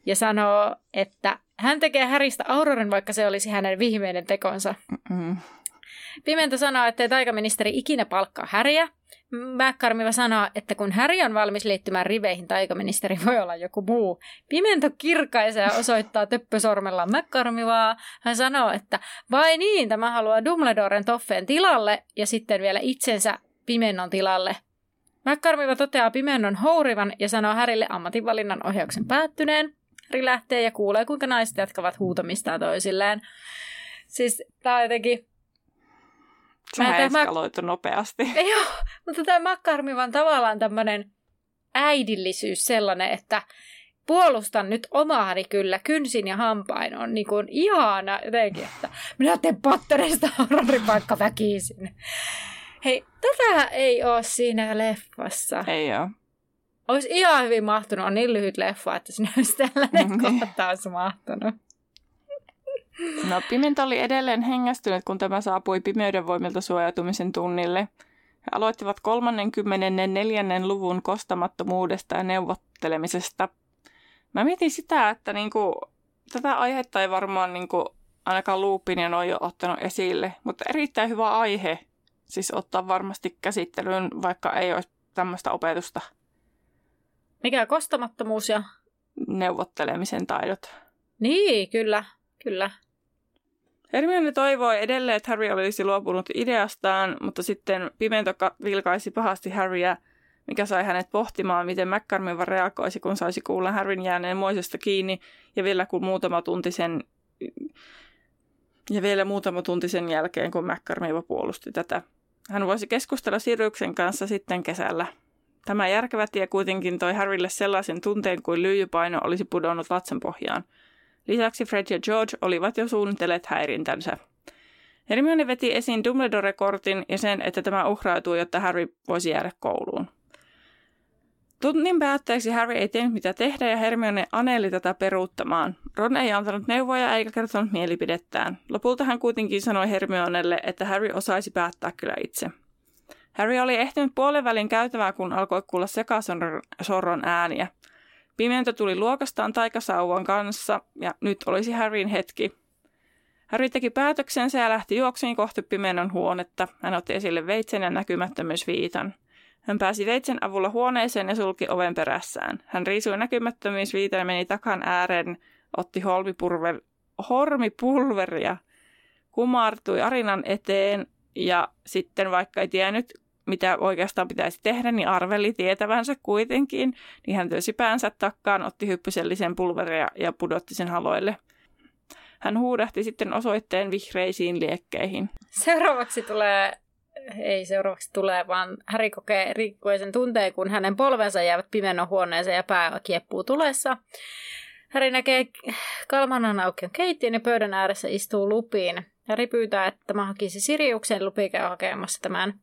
Speaker 1: ja sanoo, että hän tekee Harrystä Auroran, vaikka se olisi hänen viimeinen tekonsa.
Speaker 2: Mm-mm.
Speaker 1: Pimento sanoo, että taikaministeri ikinä palkkaa Harryä. McCormiva sanoo, että kun Harry on valmis liittymään riveihin, taikaministeri voi olla joku muu. Pimento kirkaisee ja osoittaa töppösormellaan McCormivaa. Hän sanoo, että vai niin, tämä haluaa Dumbledoren Toffeen tilalle ja sitten vielä itsensä Pimennon tilalle. McCormiva toteaa Pimennon hourivan ja sanoo Harrylle ammatinvalinnan ohjauksen päättyneen. Harry lähtee ja kuulee, kuinka naiset jatkavat huutamistaan toisilleen. Siis tää on jotenkin...
Speaker 2: Sehän eskaloitu nopeasti.
Speaker 1: Joo, mutta tämä McCormivan tavallaan tämmöinen äidillisyys sellainen, että puolustan nyt omaani kyllä kynsin ja hampain on niin kuin ihana jotenkin, että minä teen Potterista horroripaikka väkisin. Hei, tätä ei ole siinä leffassa.
Speaker 2: Ei ole.
Speaker 1: Olisi ihan hyvin mahtunut, on niin lyhyt leffa, että sinne olisi tällainen mm-hmm. kohtaus mahtunut.
Speaker 2: No, Pimento oli edelleen hengästynyt, kun tämä saapui pimeyden voimilta suojautumisen tunnille. He aloittivat kolmaskymmenesneljäs luvun kostamattomuudesta ja neuvottelemisesta. Mä mietin sitä, että niinku, tätä aihetta ei varmaan niinku, ainakaan Lupin ole jo ottanut esille, mutta erittäin hyvä aihe siis ottaa varmasti käsittelyyn, vaikka ei olisi tämmöistä opetusta.
Speaker 1: Mikä kostamattomuus ja?
Speaker 2: Neuvottelemisen taidot.
Speaker 1: Niin, kyllä, kyllä.
Speaker 2: Hermione toivoi edelleen, että Harry olisi luopunut ideastaan, mutta sitten Pimento vilkaisi pahasti Harryä, mikä sai hänet pohtimaan, miten McCormiva reagoisi, kun saisi kuulla Harryn jääneen moisesta kiinni, ja vielä, kun muutama tunti sen, ja vielä muutama tunti sen jälkeen, kun McCormiva puolusti tätä. Hän voisi keskustella Siriuksen kanssa sitten kesällä. Tämä järkevä tie kuitenkin toi Harrylle sellaisen tunteen, kuin lyijypaino olisi pudonnut vatsanpohjaan. Lisäksi Fred ja George olivat jo suunnitelleet häirintänsä. Hermione veti esiin Dumbledore-kortin ja sen, että tämä uhrautui, jotta Harry voisi jäädä kouluun. Tunnin päätteeksi Harry ei tiennyt mitä tehdä ja Hermione aneli tätä peruuttamaan. Ron ei antanut neuvoja eikä kertonut mielipidettään. Lopulta hän kuitenkin sanoi Hermionelle, että Harry osaisi päättää kyllä itse. Harry oli ehtinyt puolen välin käytävää, kun alkoi kuulla sekasorron ääniä. Pimento tuli luokastaan taikasauvan kanssa ja nyt olisi Harryn hetki. Harry teki päätöksensä ja lähti juoksuun kohti Pimennon huonetta. Hän otti esille veitsen ja näkymättömyysviitan. Hän pääsi veitsen avulla huoneeseen ja sulki oven perässään. Hän riisui näkymättömyysviitan ja meni takan ääreen, otti hormipulveria, kumartui Arinan eteen ja sitten vaikka ei tiennyt, mitä oikeastaan pitäisi tehdä, niin arveli tietävänsä kuitenkin, niin hän työsi päänsä takkaan, otti hyppysellisen pulveria ja pudotti sen haloille. Hän huudahti sitten osoitteen vihreisiin liekkeihin.
Speaker 1: Seuraavaksi tulee, ei seuraavaksi tulee, vaan Harry kokee rikkuisen tunteen, kun hänen polvensa jäävät Pimennon huoneeseen ja pää kieppuu tulessa. Harry näkee kalmanan aukion keittiön ja pöydän ääressä istuu Lupin. Harry pyytää, että tämä hakisi Siriuksen. Lupi käy hakemassa tämän.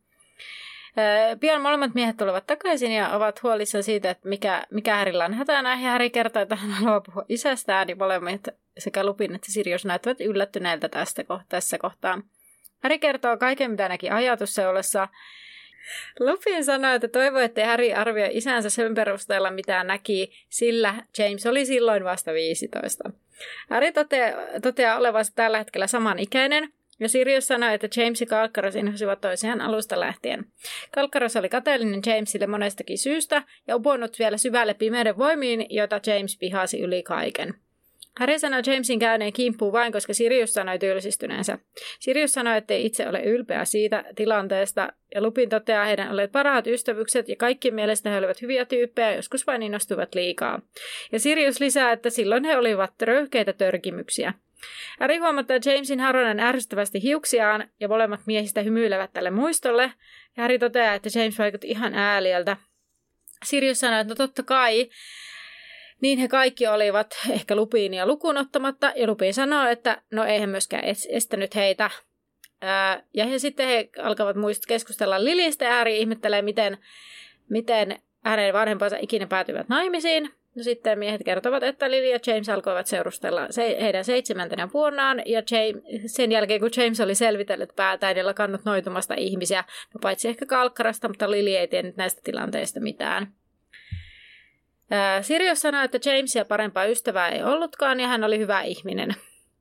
Speaker 1: Pian molemmat miehet tulevat takaisin ja ovat huolissaan siitä, että mikä, mikä Harrylla on hätänä. Ja Harry kertoo, että hän haluaa puhua isästään, niin molemmat sekä Lupin että Sirius näyttävät yllättyneiltä tästä tässä kohtaa. Harry kertoo kaiken, mitä näki ajatusseulassa. Lupin sanoi, että toivoi, ettei Harry arvioi isänsä sen perusteella, mitä näki, sillä James oli silloin vasta viisitoista. Harry toteaa, toteaa olevansa tällä hetkellä samanikäinen. Ja Sirius sanoi, että James ja Kalkkaros inhosivat toisiaan alusta lähtien. Kalkkaros oli kateellinen Jamesille monestakin syystä ja uponnut vielä syvälle pimeyden voimiin, jota James pihasi yli kaiken. Harry sanoi Jamesin käyneen kimppuun vain, koska Sirius sanoi tylsistyneensä. Sirius sanoi, ettei itse ole ylpeä siitä tilanteesta, ja Lupin toteaa heidän olleet parhaat ystävykset, ja kaikkien mielestä he olivat hyviä tyyppejä, joskus vain innostuivat liikaa. Ja Sirius lisää, että silloin he olivat röyhkeitä törkimyksiä. Harry huomattaa Jamesin haronan ärsyttävästi hiuksiaan, ja molemmat miehistä hymyilevät tälle muistolle, ja Harry toteaa, että James vaikutti ihan ääliöltä. Sirius sanoi, että no totta kai, niin he kaikki olivat ehkä Lupinia lukuun ottamatta, ja Lupin sanoo, että no eihän myöskään estänyt heitä. Ää, ja he sitten he alkavat muist keskustella Lilystä, ja Harry ihmettelee, miten, miten hänen vanhempansa ikinä päätyvät naimisiin. No sitten miehet kertovat, että Lily ja James alkoivat seurustella se, heidän seitsemäntenä vuonnaan, ja James, sen jälkeen kun James oli selvitellyt päätään ja lakannut noitumasta ihmisiä, no paitsi ehkä Kalkkarasta, mutta Lily ei tiennyt näistä tilanteista mitään. Sirius sanoi, että Jamesia parempaa ystävää ei ollutkaan ja hän oli hyvä ihminen.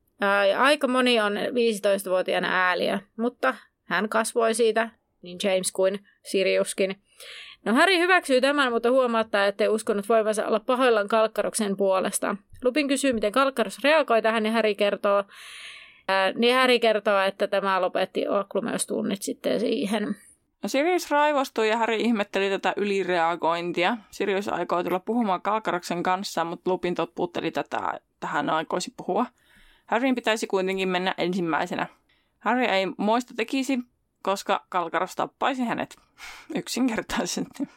Speaker 1: Ja aika moni on viisitoistavuotiaana ääliä, mutta hän kasvoi siitä, niin James kuin Siriuskin. No Harry hyväksyy tämän, mutta huomauttaa, ettei uskonut voivansa olla pahoillaan Kalkkaroksen puolesta. Lupin kysyy, miten Kalkkaros reagoi tähän, ja Harry kertoo, ää, niin Harry kertoo, että tämä lopetti Oklumeustunnit sitten siihen.
Speaker 2: No Sirius raivostui ja Harry ihmetteli tätä ylireagointia. Sirius aikoi tulla puhumaan Kalkkaroksen kanssa, mutta Lupin totpuutteli tätä, tähän aikoisi puhua. Harryn pitäisi kuitenkin mennä ensimmäisenä. Harry ei moista tekisi, koska Kalkkaros tappaisi hänet. Yksinkertaisesti.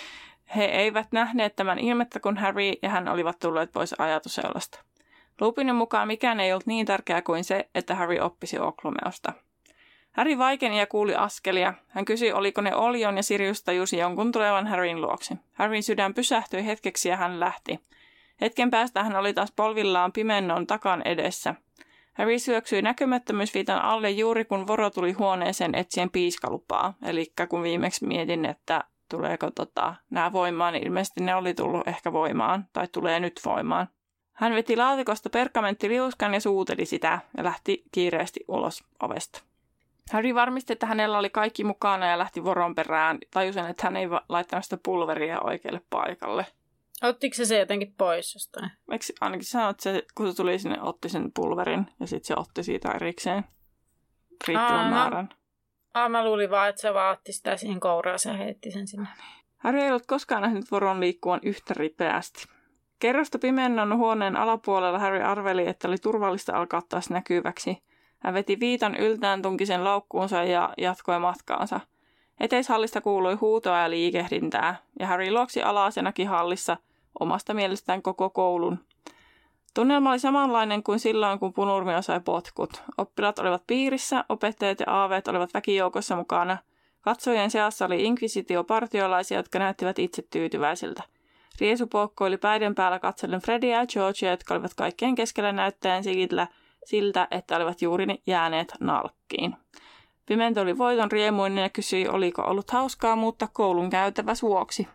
Speaker 2: He eivät nähneet tämän ilmettä, kun Harry ja hän olivat tulleet pois ajatusseulasta. Lupinin mukaan mikään ei ollut niin tärkeää kuin se, että Harry oppisi Oklumeusta. Harry vaikeni ja kuuli askelia. Hän kysyi, oliko ne Olion, ja Sirius tajusi jonkun tulevan Harryn luoksi. Harryn sydän pysähtyi hetkeksi ja hän lähti. Hetken päästä hän oli taas polvillaan pimennon takan edessä. Harry syöksyi näkymättömyysviitan alle juuri kun Voro tuli huoneeseen etsien piiskalupaa. Eli kun viimeksi mietin, että tuleeko tota, nämä voimaan, niin ilmeisesti ne oli tullut ehkä voimaan, tai tulee nyt voimaan. Hän veti laatikosta perkamenttiliuskan ja suuteli sitä ja lähti kiireesti ulos ovesta. Harry varmisti, että hänellä oli kaikki mukana ja lähti Voron perään. Tajusin, että hän ei laittanut sitä pulveria oikealle paikalle.
Speaker 1: Ottiko se se jotenkin pois jostain?
Speaker 2: Eikö ainakin sanoa, että se, kun se tuli sinne, otti sen pulverin ja sitten se otti siitä erikseen riittävän määrän.
Speaker 1: Aa, mä luulin vaan, että se vaan otti sitä siihen kouraansa ja heitti sen sinne.
Speaker 2: Harry ei ollut koskaan nähnyt Voron liikkuvan yhtä ripeästi. Kerrosta pimennon huoneen alapuolella Harry arveli, että oli turvallista alkaa taas näkyväksi. Hän veti viitan yltään, tunki sen laukkuunsa ja jatkoi matkaansa. Eteishallista kuului huutoa ja liikehdintää, ja Harry luoksi alas ja näki hallissa omasta mielestään koko koulun. Tunnelma oli samanlainen kuin silloin, kun Punurmio sai potkut. Oppilaat olivat piirissä, opettajat ja aaveet olivat väkijoukossa mukana. Katsojien seassa oli inkvisitiopartiolaisia, jotka näyttivät itse tyytyväisiltä. Riesu poukkoili päiden päällä katsellen Fredia ja Georgia, jotka olivat kaikkein keskellä näyttäen siltä, siltä, että olivat juuri jääneet nalkkiin. Pimento oli voiton riemuinen ja kysyi, oliko ollut hauskaa muuttaa koulun käytäväs vuoksi.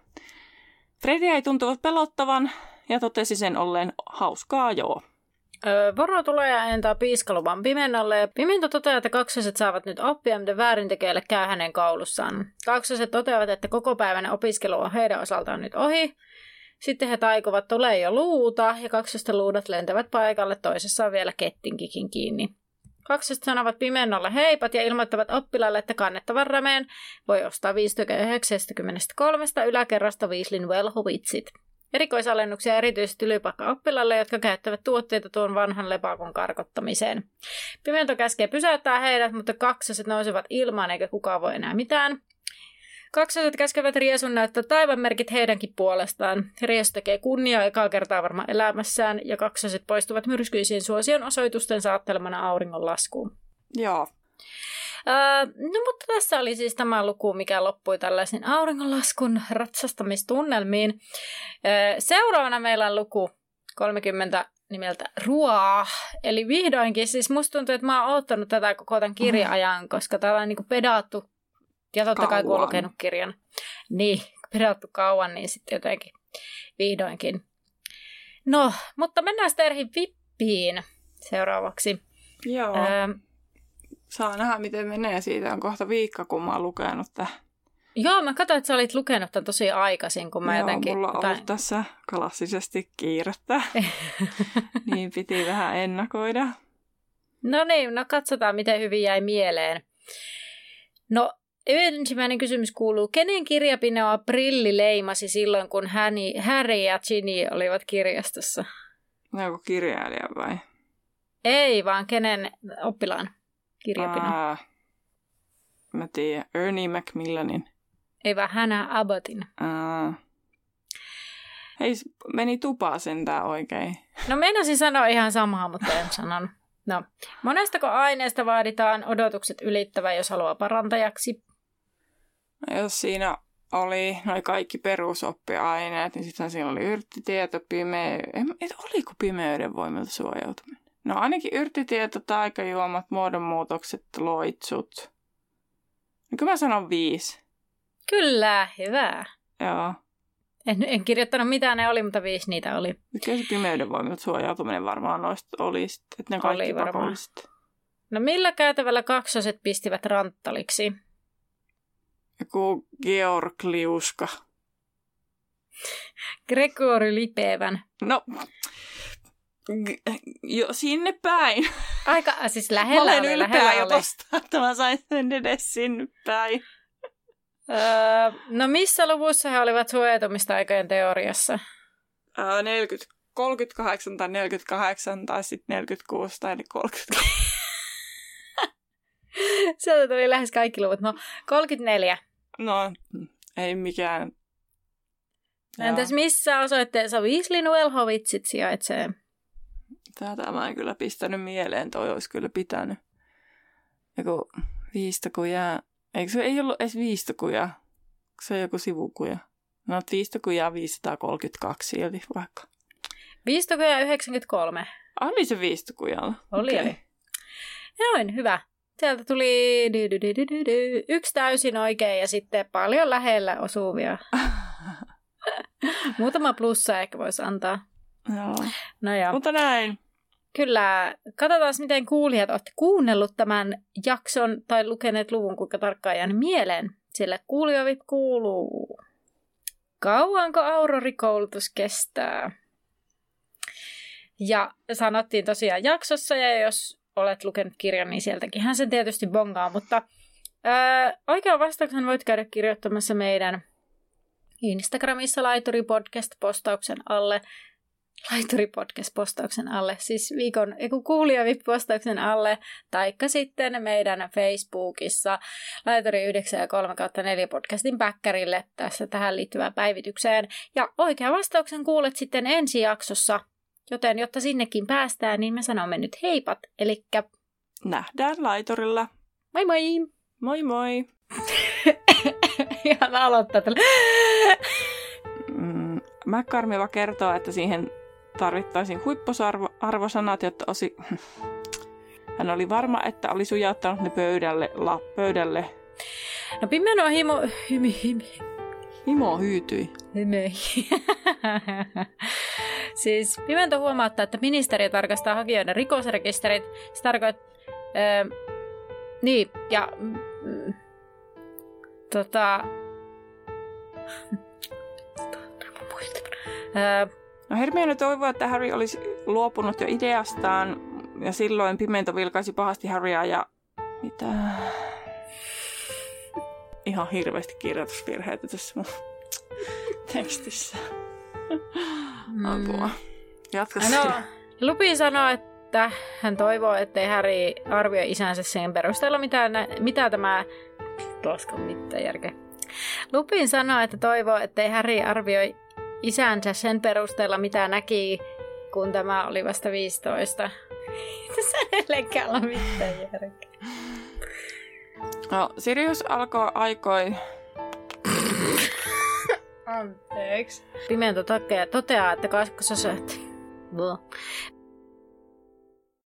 Speaker 2: Fredia ei tuntuvat pelottavan ja totesi sen olleen hauskaa joo.
Speaker 1: Öö, Voro tulee ja antaa piiskaluvan Pimennolle ja Pimento toteaa, että kaksoset saavat nyt oppia, miten väärintekijälle käy hänen koulussaan. Kaksoset toteavat, että kokopäiväinen opiskelu on heidän osaltaan nyt ohi. Sitten he taikovat tulee jo luuta ja kaksosten luudat lentävät paikalle, toisessa on vielä kettinkikin kiinni. Kaksoset sanovat Pimennolle heipat ja ilmoittavat oppilaille, että kannettavan rämeen voi ostaa viisikymmentäkolme yläkerrasta Weasleyn velhovitsit. Erikoisalennuksia erityisesti ylipaikka-oppilaille, jotka käyttävät tuotteita tuon vanhan lepakon karkottamiseen. Pimento käskee pysäyttää heidät, mutta kaksoset nousevat ilmaan eikä kukaan voi enää mitään. Kaksoset käskevät Riesun näyttää taivanmerkit heidänkin puolestaan. Riesu tekee kunniaa ekaa kertaa varmaan elämässään, ja kaksoset poistuvat myrskyisiin suosion osoitusten saattelemana auringonlaskuun.
Speaker 2: Joo.
Speaker 1: Öö, no mutta tässä oli siis tämä luku, mikä loppui tällaisen auringonlaskun ratsastamistunnelmiin. Öö, seuraavana meillä on luku kolmekymmentä nimeltä Ruoa. Eli vihdoinkin, siis musta tuntuu, että mä oon oottanut tätä koko tämän kirja-ajan, koska täällä on niinku pedattu. Ja totta kai kun on lukenut kirjan, niin pedattu kauan, niin sitten jotenkin vihdoinkin. No, mutta mennään Sterhin vippiin seuraavaksi.
Speaker 2: Joo. Öö, Saa nähdä, miten menee. Siitä on kohta viikko, kun mä oon lukenut tämän.
Speaker 1: Joo, mä katsoin, että sä olit lukenut tämän tosi aikaisin, kun mä
Speaker 2: Joo,
Speaker 1: jotenkin...
Speaker 2: mulla on
Speaker 1: jotain...
Speaker 2: ollut tässä klassisesti kiirettä. Niin piti vähän ennakoida.
Speaker 1: No niin, no katsotaan, miten hyvin jäi mieleen. No, ensimmäinen kysymys kuuluu, kenen kirjapinoa Prilli leimasi silloin, kun häni, Harry ja Ginny olivat kirjastossa?
Speaker 2: No joku kirjailija vai?
Speaker 1: Ei, vaan kenen oppilaan kirjapino.
Speaker 2: Aa, mä tiedän, Ernie Macmillanin.
Speaker 1: Ei vaan Hannah Abbottin.
Speaker 2: Aa. Hei, meni tupaa sentään oikein.
Speaker 1: No meinasin sanoa ihan samaa, mutta en sanon. No, monestako aineesta vaaditaan odotukset ylittävä, jos haluaa parantajaksi?
Speaker 2: No, jos siinä oli noin kaikki perusoppiaineet, niin sitten siinä oli yrttitieto, pimeä... Et oliko pimeyden voimilta suojautuminen? No ainakin yrttitieto, taikajuomat, muodonmuutokset, loitsut. No kyllä mä sanon viisi.
Speaker 1: Kyllä, hyvä.
Speaker 2: Joo.
Speaker 1: En, en kirjoittanut mitään ne oli, mutta viisi niitä oli.
Speaker 2: Mikä se pimeyden voimilta suojautuminen varmaan noista oli sitten, että ne kaikki pakolliset.
Speaker 1: No millä käytävällä kaksoset pistivät ranttaliksi?
Speaker 2: Joku Georg Liuska.
Speaker 1: Gregori Lipevän.
Speaker 2: No, jo sinne päin.
Speaker 1: Aika, siis lähellä oli. Mä olen
Speaker 2: ylpeä jo tosta, että mä sain sen edes sinne päin.
Speaker 1: Öö, no missä luvussa he olivat suojautumistaikojen teoriassa?
Speaker 2: Öö, neljäkymmentä, kolmekymmentäkahdeksan tai neljäkymmentäkahdeksan tai sitten neljäkymmentäkuusi tai kolmekymmentäkuusi.
Speaker 1: Sieltä tuli lähes kaikki luvut. No, kolmekymmentäneljä.
Speaker 2: No, ei mikään.
Speaker 1: Entäs missä osoitteessa Weasleyn Welhowitzit sijaitsee?
Speaker 2: Tätä mä en kyllä pistänyt mieleen. Toi olisi kyllä pitänyt. Joku viistokuja. Eikö se ei ollut edes viistokuja? Se on joku sivukuja. No, viistokuja viisisataakolmekymmentäkaksi silti vaikka.
Speaker 1: Viistokuja yhdeksänkymmentäkolme.
Speaker 2: Oli se viistokujalla.
Speaker 1: Oli, okay. Oli. Noin, hyvä. Sieltä tuli dy, dy, dy, dy, dy, dy. yksi täysin oikein ja sitten paljon lähellä osuvia. Muutama plussa ehkä voisi antaa.
Speaker 2: Joo.
Speaker 1: No joo.
Speaker 2: Mutta näin.
Speaker 1: Kyllä. Katsotaan, miten kuulijat olette kuunnellut tämän jakson tai lukeneet luvun, kuinka tarkkaan jäänyt mieleen. Sillä kuulijavit kuuluu. Kauanko Aurori-koulutus kestää? Ja sanottiin tosiaan jaksossa, ja jos olet lukenut kirjan, niin sieltäkin hän sen tietysti bongaa, mutta ää, oikean vastauksen voit käydä kirjoittamassa meidän Instagramissa Laituri Podcast-postauksen alle. Laituri Podcast-postauksen alle, siis viikon kuulijavip-postauksen alle, taikka sitten meidän Facebookissa Laituri yhdeksän ja kolme kautta neljä podcastin päkkärille tässä tähän liittyvään päivitykseen. Ja oikean vastauksen kuulet sitten ensi jaksossa, joten jotta sinnekin päästään, niin me sanomme nyt heipat, elikkä
Speaker 2: nähdään laiturilla.
Speaker 1: Moi moi!
Speaker 2: Moi moi!
Speaker 1: Ihan aloittaa tällä.
Speaker 2: Mm, McCormiva kertoo, että siihen tarvittaisiin huippusarvosanat, jotta osi... hän oli varma, että oli sujauttanut ne pöydälle. La, pöydälle.
Speaker 1: No Pimeno himo... Hymi, hymi.
Speaker 2: Himo hyytyi.
Speaker 1: Hymi. Siis Pimento huomauttaa, että ministeriö tarkastaa hakijoiden rikosrekisterit. Se tarkoittaa... Öö, niin, ja... Mm, tota... öö,
Speaker 2: No Hermione toivoi, että Harry olisi luopunut jo ideastaan, ja silloin Pimento vilkaisi pahasti Harrya ja... Mitä? Ihan hirveästi kirjoitusvirheitä tässä mun tekstissä. Apua. Jatka
Speaker 1: no, Lupin sanoi, että hän toivoo, ettei Harry arvioi isänsä sen perusteella, mitä, mitä tämä... Tuosko mitään järkeä. Lupin sanoi, että toivoo, ettei Harry arvioi isänsä sen perusteella, mitä näki, kun tämä oli vasta viisitoista. Tässä ei edelleenkään ole mitään järkeä.
Speaker 2: No, Sirius alkoi aikoi...
Speaker 1: Anteeksi. Pimento toteaa, että kakkososat...